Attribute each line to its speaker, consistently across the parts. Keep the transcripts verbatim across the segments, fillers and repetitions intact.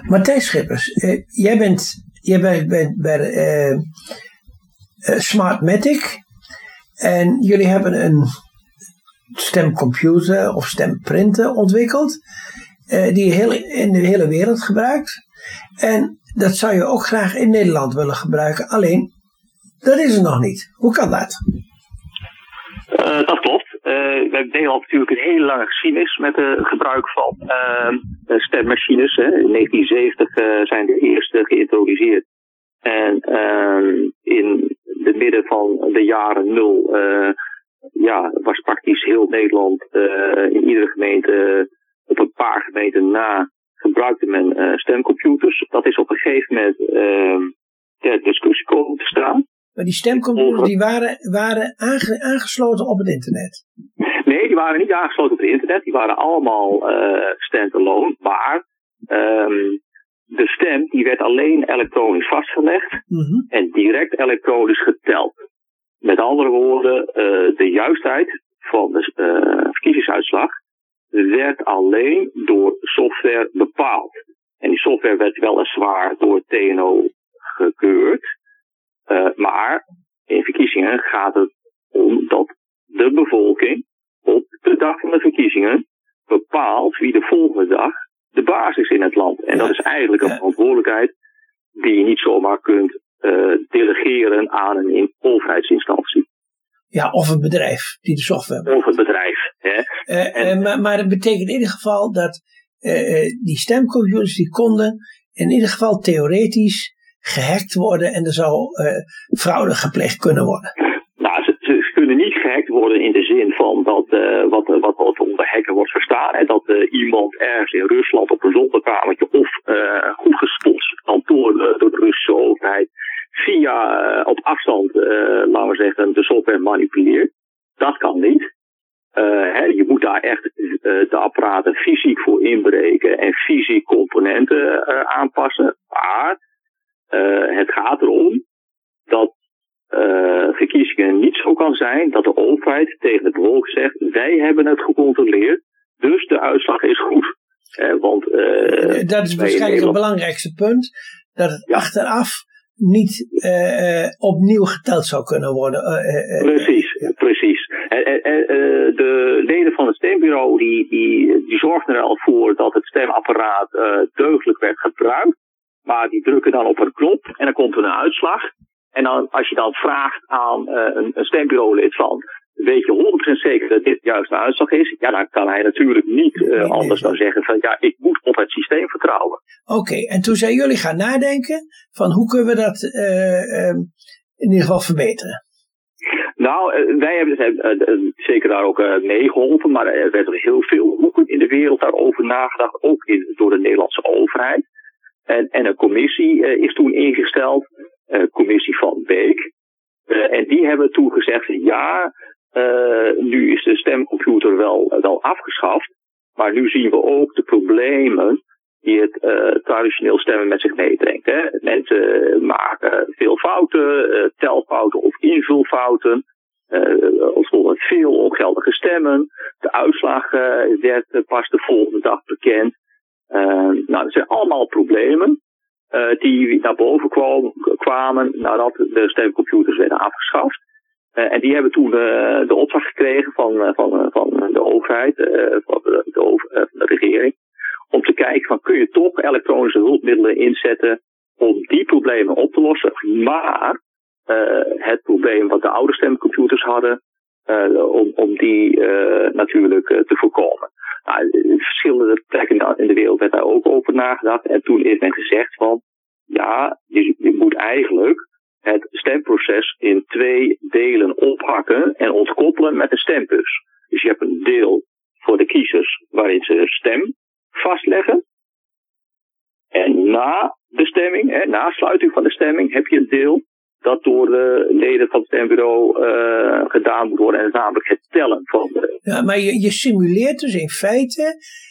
Speaker 1: Matthijs Schippers, uh, jij bent, jij bent, bent bij uh, uh, Smartmatic en jullie hebben een stemcomputer of stemprinter ontwikkeld uh, die je heel, in de hele wereld gebruikt. En dat zou je ook graag in Nederland willen gebruiken, alleen dat is er nog niet. Hoe kan dat?
Speaker 2: Uh, dat klopt. Uh, we hebben Nederland natuurlijk een hele lange geschiedenis met het gebruik van uh, stemmachines. Hè. In negentien zeventig uh, zijn de eerste geïntroduceerd. En uh, in het midden van de jaren nul uh, ja, was praktisch heel Nederland uh, in iedere gemeente, op een paar gemeenten na, gebruikte men uh, stemcomputers. Dat is op een gegeven moment uh, ter discussie komen te staan.
Speaker 1: Maar die stemcomputers die waren, waren aange, aangesloten op het internet?
Speaker 2: Nee, die waren niet aangesloten op het internet. Die waren allemaal uh, stand-alone. Maar um, de stem die werd alleen elektronisch vastgelegd. Mm-hmm. En direct elektronisch geteld. Met andere woorden, uh, de juistheid van de uh, verkiezingsuitslag werd alleen door software bepaald. En die software werd weliswaar door het T N O gekeurd. Uh, maar in verkiezingen gaat het om dat de bevolking op de dag van de verkiezingen bepaalt wie de volgende dag de baas is in het land. En dat is eigenlijk een verantwoordelijkheid die je niet zomaar kunt uh, delegeren aan een overheidsinstantie.
Speaker 1: Ja, of een bedrijf die de software maakt.
Speaker 2: Of een bedrijf. Hè.
Speaker 1: Uh, en, uh, maar, maar dat betekent in ieder geval dat uh, die stemcomputers die konden in ieder geval theoretisch gehackt worden en er zou uh, fraude gepleegd kunnen worden.
Speaker 2: Nou, ze, ze kunnen niet gehackt worden in de zin van dat uh, wat, wat, wat onder hacken wordt verstaan. Hè, dat uh, iemand ergens in Rusland op een zolderkamertje of uh, goed gesponsord kantoor uh, door de Russische overheid via uh, op afstand, uh, laten we zeggen, de software manipuleert. Dat kan niet. Uh, hè, je moet daar echt uh, de apparaten fysiek voor inbreken en fysiek componenten uh, aanpassen. Maar Uh, het gaat erom dat uh, verkiezingen niet zo kan zijn dat de overheid tegen de bevolking zegt: wij hebben het gecontroleerd, dus de uitslag is goed. Uh, want, uh,
Speaker 1: dat is waarschijnlijk het belangrijkste punt, dat het ja. achteraf niet uh, opnieuw geteld zou kunnen worden. Uh, uh,
Speaker 2: precies, ja. precies. En, en, en uh, de leden van het stembureau die, die, die zorgden er al voor dat het stemapparaat uh, deugdelijk werd gebruikt. Maar die drukken dan op een knop en dan komt er een uitslag. En dan, als je dan vraagt aan uh, een, een stembureaulid van, weet je honderd procent zeker dat dit juist de uitslag is? Ja, dan kan hij natuurlijk niet uh, nee, anders nee. dan zeggen van, ja, ik moet op het systeem vertrouwen.
Speaker 1: Oké, okay, en toen zijn jullie gaan nadenken van hoe kunnen we dat uh, um, in ieder geval verbeteren?
Speaker 2: Nou, uh, wij hebben uh, uh, zeker daar ook uh, mee geholpen, maar er werden heel veel hoeken in de wereld daarover nagedacht, ook in, door de Nederlandse overheid. En, en een commissie uh, is toen ingesteld, uh, commissie van Beek. Uh, en die hebben toen gezegd, ja, uh, nu is de stemcomputer wel, wel afgeschaft. Maar nu zien we ook de problemen die het uh, traditioneel stemmen met zich meebrengt. Hè. Mensen maken veel fouten, uh, telfouten of invulfouten. Uh, ontstonden veel ongeldige stemmen. De uitslag uh, werd pas de volgende dag bekend. Uh, nou, dat zijn allemaal problemen uh, die naar boven kwam, kwamen nadat de stemcomputers werden afgeschaft. Uh, en die hebben toen uh, de opdracht gekregen van, uh, van, uh, van de overheid, uh, van, de, de over, uh, van de regering, om te kijken van kun je toch elektronische hulpmiddelen inzetten om die problemen op te lossen. Maar uh, het probleem wat de oude stemcomputers hadden, uh, om, om die uh, natuurlijk uh, te voorkomen. Nou, verschillende plekken in de wereld werd daar ook over nagedacht. En toen is men gezegd van, ja, je, je moet eigenlijk het stemproces in twee delen ophakken en ontkoppelen met een stembus. Dus je hebt een deel voor de kiezers waarin ze stem vastleggen. En na de stemming, hè, na sluiting van de stemming, heb je een deel dat door de leden van het stembureau uh, gedaan moet worden. En dat is namelijk het tellen van de...
Speaker 1: Ja, maar je, je simuleert dus in feite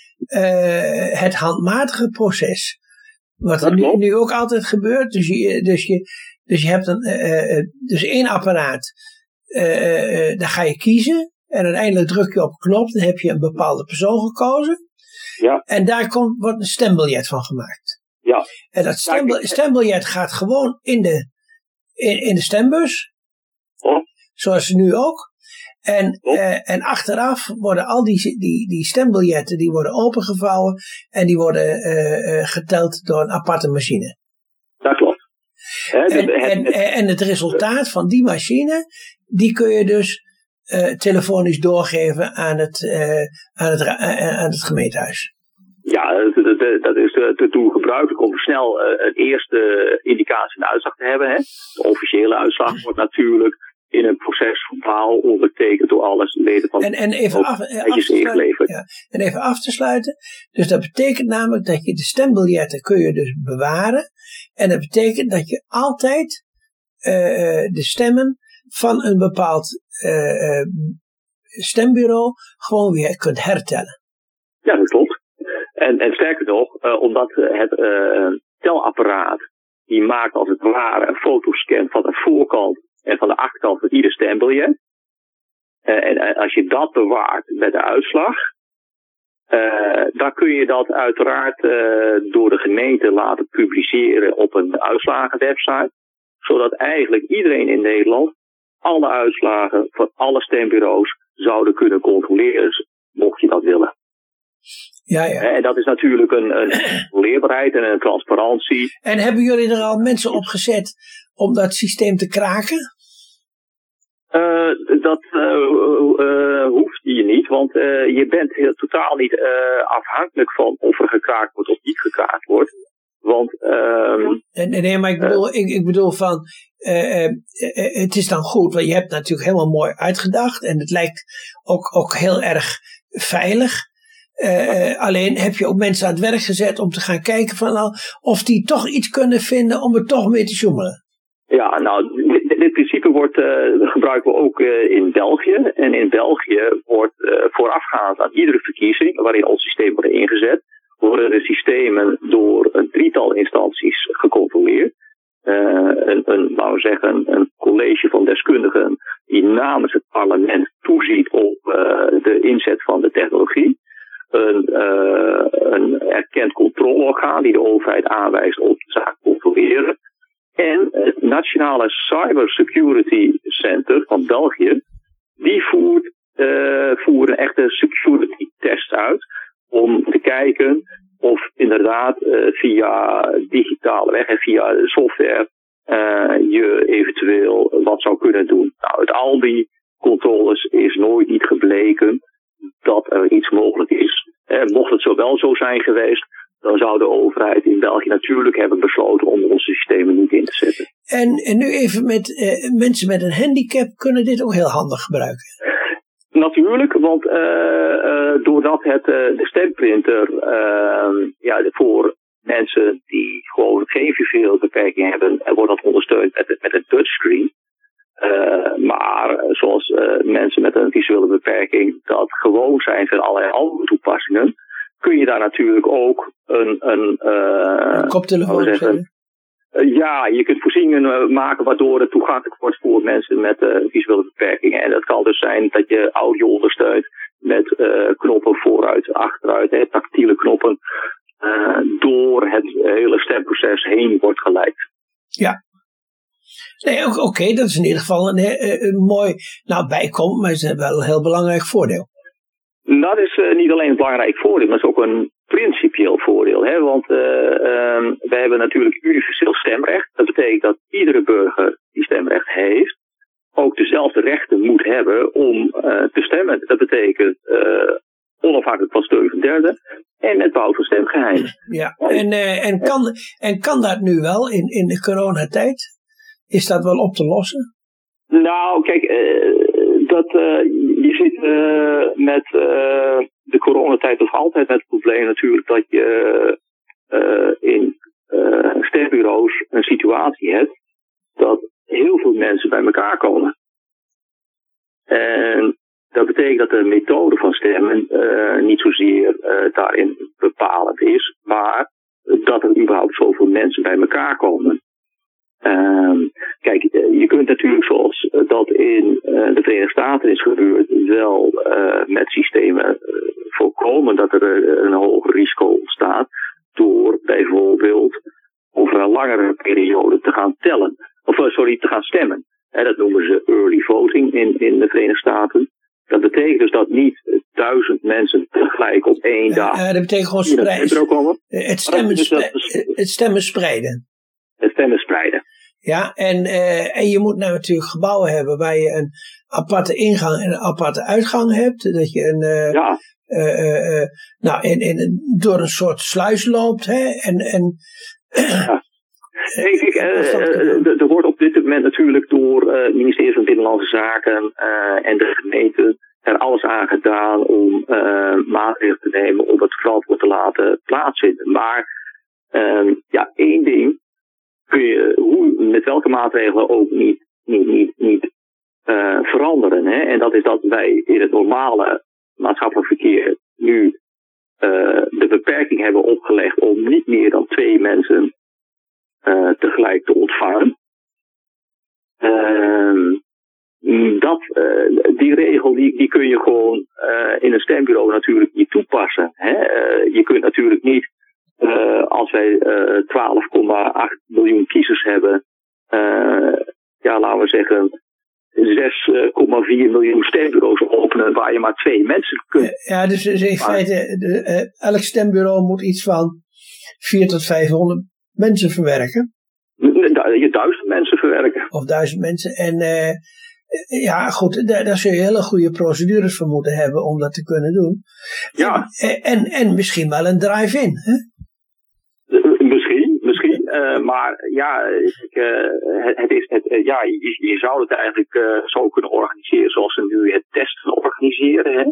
Speaker 1: uh, het handmatige proces. Wat er nu, nu ook altijd gebeurt. Dus je, dus je, dus je hebt een, uh, uh, dus één apparaat. Uh, uh, daar ga je kiezen. En uiteindelijk druk je op een knop. Dan heb je een bepaalde persoon gekozen.
Speaker 2: Ja.
Speaker 1: En daar komt, wordt een stembiljet van gemaakt.
Speaker 2: Ja.
Speaker 1: En dat stembil- stembiljet gaat gewoon in de, in, in de stembus.
Speaker 2: Oh.
Speaker 1: Zoals nu ook. En,
Speaker 2: Oh.
Speaker 1: uh, en achteraf worden al die, die, die stembiljetten die worden opengevouwen. En die worden uh, uh, geteld door een aparte machine.
Speaker 2: Dat klopt. He,
Speaker 1: en,
Speaker 2: het,
Speaker 1: en,
Speaker 2: het,
Speaker 1: en het resultaat van die machine, die kun je dus uh, telefonisch doorgeven aan het, uh, aan het, uh, aan het gemeentehuis.
Speaker 2: Ja, dat, dat, dat is ertoe gebruikelijk om snel uh, een eerste indicatie en uitslag te hebben. Hè. De officiële uitslag wordt natuurlijk in een procesverhaal ondertekend door alles leden van
Speaker 1: en, en even af, af te sluiten, ja, en even af te sluiten. Dus dat betekent namelijk dat je de stembiljetten kun je dus bewaren. En dat betekent dat je altijd uh, de stemmen van een bepaald uh, stembureau gewoon weer kunt hertellen.
Speaker 2: Ja, dat klopt. En, en sterker nog, uh, omdat het uh, telapparaat die maakt als het ware een fotoscan van de voorkant en van de achterkant van ieder stembiljet. Uh, en uh, als je dat bewaart met de uitslag, uh, dan kun je dat uiteraard uh, door de gemeente laten publiceren op een uitslagenwebsite. Zodat eigenlijk iedereen in Nederland alle uitslagen van alle stembureaus zouden kunnen controleren, mocht je dat willen.
Speaker 1: Ja, ja.
Speaker 2: En dat is natuurlijk een, een leerbaarheid en een transparantie.
Speaker 1: En hebben jullie er al mensen op gezet om dat systeem te kraken?
Speaker 2: Uh, dat uh, uh, hoeft je niet, want uh, je bent heel, totaal niet uh, afhankelijk van of er gekraakt wordt of niet gekraakt wordt. Want, um,
Speaker 1: nee, nee, maar ik bedoel, uh, ik, ik bedoel van, uh, uh, het is dan goed, want je hebt natuurlijk helemaal mooi uitgedacht en het lijkt ook, ook heel erg veilig. Uh, alleen heb je ook mensen aan het werk gezet om te gaan kijken van nou, of die toch iets kunnen vinden om er toch mee te joemelen.
Speaker 2: Ja, nou, dit, dit principe wordt, uh, gebruiken we ook uh, in België. En in België wordt uh, voorafgaand aan iedere verkiezing waarin ons systeem wordt ingezet, worden de systemen door een drietal instanties gecontroleerd. Uh, een, een, laten we zeggen, een college van deskundigen die namens het parlement toeziet op uh, de inzet van de technologie. Een, uh, een erkend controleorgaan die de overheid aanwijst om de zaak te controleren. En het Nationale Cybersecurity Center van België, die voert, uh, voert een echte security test uit om te kijken of inderdaad uh, via digitale weg en via software uh, je eventueel wat zou kunnen doen. Nou, uit al die controles is nooit niet gebleken dat er iets mogelijk is. Eh, mocht het zo wel zo zijn geweest, dan zou de overheid in België natuurlijk hebben besloten om onze systemen niet in te zetten.
Speaker 1: En, en nu even met eh, mensen met een handicap kunnen dit ook heel handig gebruiken.
Speaker 2: Natuurlijk, want uh, uh, doordat het, uh, de stemprinter uh, ja, voor mensen die gewoon geen visuele beperking hebben, wordt dat ondersteund met, met een touchscreen. Uh, maar zoals uh, mensen met een visuele beperking dat gewoon zijn voor allerlei andere toepassingen, kun je daar natuurlijk ook een, een, uh,
Speaker 1: een koptelefoon zeggen.
Speaker 2: Uh, ja, je kunt voorzieningen uh, maken waardoor het toegankelijk wordt voor mensen met uh, visuele beperkingen. En dat kan dus zijn dat je audio ondersteunt met uh, knoppen vooruit, achteruit, hè, tactiele knoppen, uh, door het hele stemproces heen wordt geleid.
Speaker 1: Ja. Nee, oké, okay, dat is in ieder geval een, een, een mooi, nou bijkomt, maar het is wel een heel belangrijk voordeel.
Speaker 2: Dat is uh, niet alleen een belangrijk voordeel, maar het is ook een principieel voordeel. Hè? Want uh, uh, wij hebben natuurlijk universeel stemrecht. Dat betekent dat iedere burger die stemrecht heeft, ook dezelfde rechten moet hebben om uh, te stemmen. Dat betekent uh, onafhankelijk van steun van derden en het bouwen van stemgeheim.
Speaker 1: Ja, en, uh, en, kan, en kan dat nu wel in, in de coronatijd? Is dat wel op te lossen?
Speaker 2: Nou, kijk, uh, dat, uh, je zit uh, met uh, de coronatijd nog altijd met het probleem natuurlijk dat je uh, in uh, stembureaus een situatie hebt dat heel veel mensen bij elkaar komen. En dat betekent dat de methode van stemmen uh, niet zozeer uh, daarin bepalend is, maar dat er überhaupt zoveel mensen bij elkaar komen. Um, kijk, je kunt natuurlijk zoals dat in uh, de Verenigde Staten is gebeurd, wel uh, met systemen uh, voorkomen dat er uh, een hoger risico ontstaat door bijvoorbeeld over een langere periode te gaan tellen. Of sorry, te gaan stemmen. En dat noemen ze early voting in, in de Verenigde Staten. Dat betekent dus dat niet duizend mensen tegelijk op één dag.
Speaker 1: Uh, dat betekent gewoon spreiden. Het stemmen, dus dat, het stemmen spreiden.
Speaker 2: Het stemmen spreiden.
Speaker 1: Ja, en, uh, en je moet nou natuurlijk gebouwen hebben waar je een aparte ingang en een aparte uitgang hebt. Dat je een, uh,
Speaker 2: ja.
Speaker 1: uh, uh, uh, nou, in, in, door een soort sluis loopt. Hè, en, en,
Speaker 2: ja. Nee, kijk, uh, er wordt op dit moment natuurlijk door uh, het ministerie van Binnenlandse Zaken uh, en de gemeente er alles aan gedaan om uh, maatregelen te nemen om het verantwoord te laten plaatsvinden. Maar uh, ja, één ding kun je hoe, met welke maatregelen ook niet, niet, niet, niet uh, veranderen. Hè? En dat is dat wij in het normale maatschappelijk verkeer nu uh, de beperking hebben opgelegd om niet meer dan twee mensen Uh, tegelijk te ontvangen. Uh, dat, uh, die regel die, die kun je gewoon uh, in een stembureau natuurlijk niet toepassen. Hè? Uh, je kunt natuurlijk niet, uh, als wij uh, twaalf komma acht miljoen kiezers hebben, uh, ja, laten we zeggen, zes komma vier miljoen stembureaus openen waar je maar twee mensen kunt.
Speaker 1: Ja, dus, dus in feite, de, uh, elk stembureau moet iets van vierhonderd tot vijfhonderd mensen verwerken.
Speaker 2: Je duizend mensen verwerken.
Speaker 1: Of duizend mensen. En uh, ja, goed, daar, daar zul je hele goede procedures voor moeten hebben om dat te kunnen doen.
Speaker 2: Ja.
Speaker 1: En, en, en misschien wel een drive-in. Hè?
Speaker 2: Misschien, misschien. Uh, maar ja, ik, uh, het, het is, het, uh, ja je, je zou het eigenlijk uh, zo kunnen organiseren zoals ze nu het testen organiseren. Hè?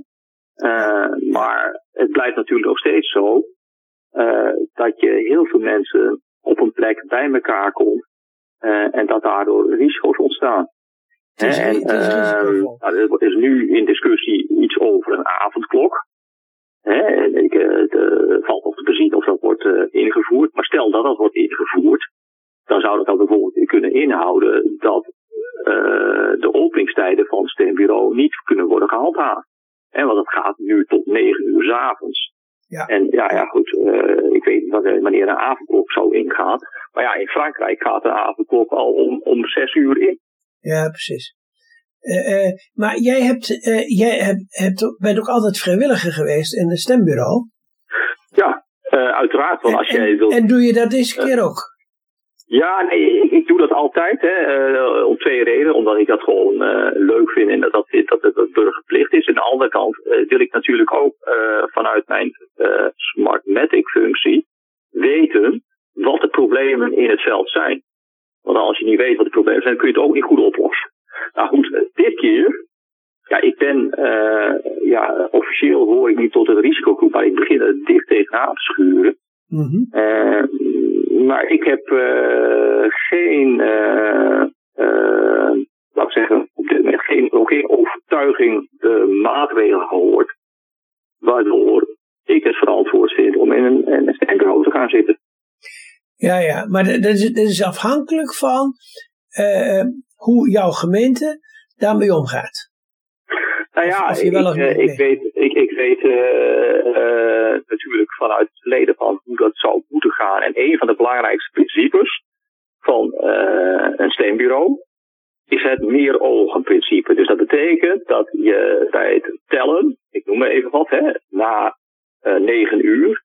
Speaker 2: Uh, maar het blijft natuurlijk nog steeds zo uh, dat je heel veel mensen op een plek bij elkaar komt uh, en dat daardoor risico's ontstaan.
Speaker 1: Het is,
Speaker 2: en,
Speaker 1: het is
Speaker 2: uh, nou, er is nu in discussie iets over een avondklok. Hè, en ik, uh, het valt nog te bezien of dat wordt uh, ingevoerd. Maar stel dat dat wordt ingevoerd, dan zou dat dan bijvoorbeeld kunnen inhouden dat uh, de openingstijden van het stembureau niet kunnen worden gehandhaafd. En want het gaat nu tot negen uur 's avonds.
Speaker 1: Ja.
Speaker 2: En ja, ja goed, uh, ik weet niet wanneer een avondklok zou ingaan. Maar ja, in Frankrijk gaat de avondklok al om, om zes uur in.
Speaker 1: Ja, precies. Uh, uh, maar jij, hebt, uh, jij hebt, hebt, bent ook altijd vrijwilliger geweest in een stembureau.
Speaker 2: Ja, uh, uiteraard. Want als
Speaker 1: en,
Speaker 2: jij wilt,
Speaker 1: en doe je dat deze keer uh, ook?
Speaker 2: Ja, nee, ik, ik doe dat altijd. Hè, uh, om twee redenen. Omdat ik dat gewoon uh, leuk vind en dat dat, dat, dat, dat burgerplicht is. Aan de andere kant uh, wil ik natuurlijk ook uh, vanuit mijn uh, Smartmatic functie weten wat de problemen in het veld zijn. Want als je niet weet wat de problemen zijn, kun je het ook niet goed oplossen. Nou goed, dit keer, ja, ik ben, uh, ja, officieel hoor ik niet tot het risicogroep, maar ik begin er dicht tegenaan te schuren.
Speaker 1: Mm-hmm.
Speaker 2: Uh, maar ik heb uh, geen, uh, uh, laat ik zeggen, op dit moment geen, ook geen overtuiging de maatregelen gehoord, waardoor ik het verantwoord vind om in een, een stembureau te gaan zitten.
Speaker 1: Ja, ja, maar dat is, dat is afhankelijk van uh, hoe jouw gemeente daarmee omgaat.
Speaker 2: Nou ja,
Speaker 1: of, of je wel
Speaker 2: ik, uh, ik weet, ik, ik weet uh, uh, natuurlijk vanuit het verleden van hoe dat zou moeten gaan. En een van de belangrijkste principes van uh, een stembureau is het meer-ogen-principe. Dus dat betekent dat je bij het tellen, ik noem maar even wat, hè, na uh, negen uur,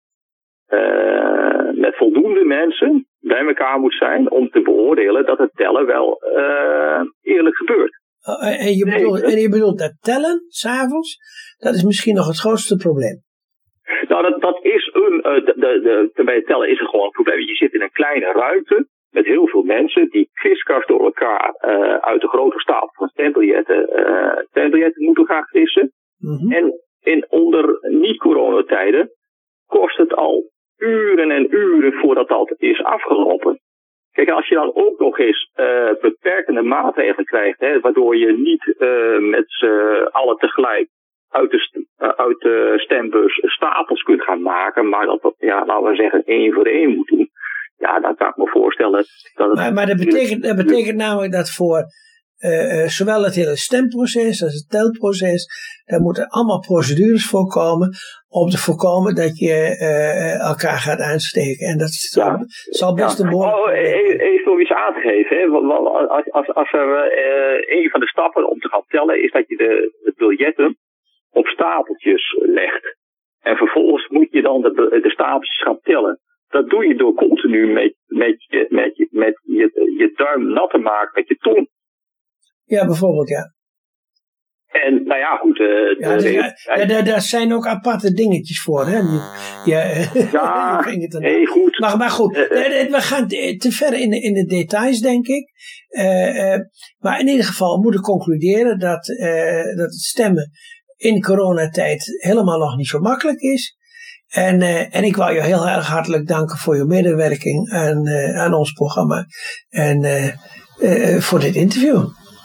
Speaker 2: uh, met voldoende mensen bij elkaar moet zijn om te beoordelen dat het tellen wel uh, eerlijk gebeurt.
Speaker 1: Uh, en, je bedoelt, en je bedoelt dat tellen, 's avonds, dat is misschien nog het grootste probleem.
Speaker 2: Nou, dat, dat is een, uh, de, de, de, bij het tellen is het gewoon een probleem. Je zit in een kleine ruimte met heel veel mensen die kriskras door elkaar uh, uit de grote stapel van stembiljetten, uh, stembiljetten moeten gaan gissen.
Speaker 1: Mm-hmm.
Speaker 2: En in onder niet-coronatijden kost het al uren en uren voordat dat is afgelopen. Kijk, als je dan ook nog eens uh, beperkende maatregelen krijgt, hè, waardoor je niet uh, met z'n allen tegelijk uit de, st- uh, uit de stembus stapels kunt gaan maken, maar dat, dat ja, laten we zeggen, één voor één moet doen. Ja, dan kan ik me voorstellen dat het...
Speaker 1: Maar, maar dat, betekent, dat betekent namelijk dat voor uh, zowel het hele stemproces als het telproces, daar moeten allemaal procedures voor komen om te voorkomen dat je uh, elkaar gaat aansteken. En dat zal, ja. zal best ja. een behoorlijk...
Speaker 2: Oh, even om iets aan te geven. Hè. Als, als, als er uh, een van de stappen om te gaan tellen is dat je de, de biljetten op stapeltjes legt. En vervolgens moet je dan de, de stapeltjes gaan tellen. Dat doe je door continu met, met, je, met, je, met je, je duim nat te maken met je tong.
Speaker 1: Ja, bijvoorbeeld, ja.
Speaker 2: En nou ja, goed. Uh,
Speaker 1: ja, dus, ja, ja, daar, daar zijn ook aparte dingetjes voor, hè? Ja,
Speaker 2: ja ging het nee, goed.
Speaker 1: Maar, maar goed, uh, uh, we gaan te ver in de, in de details, denk ik. Uh, uh, maar in ieder geval moeten we concluderen dat, uh, dat het stemmen in coronatijd helemaal nog niet zo makkelijk is. En, uh, en ik wou je heel erg hartelijk danken voor je medewerking aan, uh, aan ons programma en uh, uh, voor dit interview.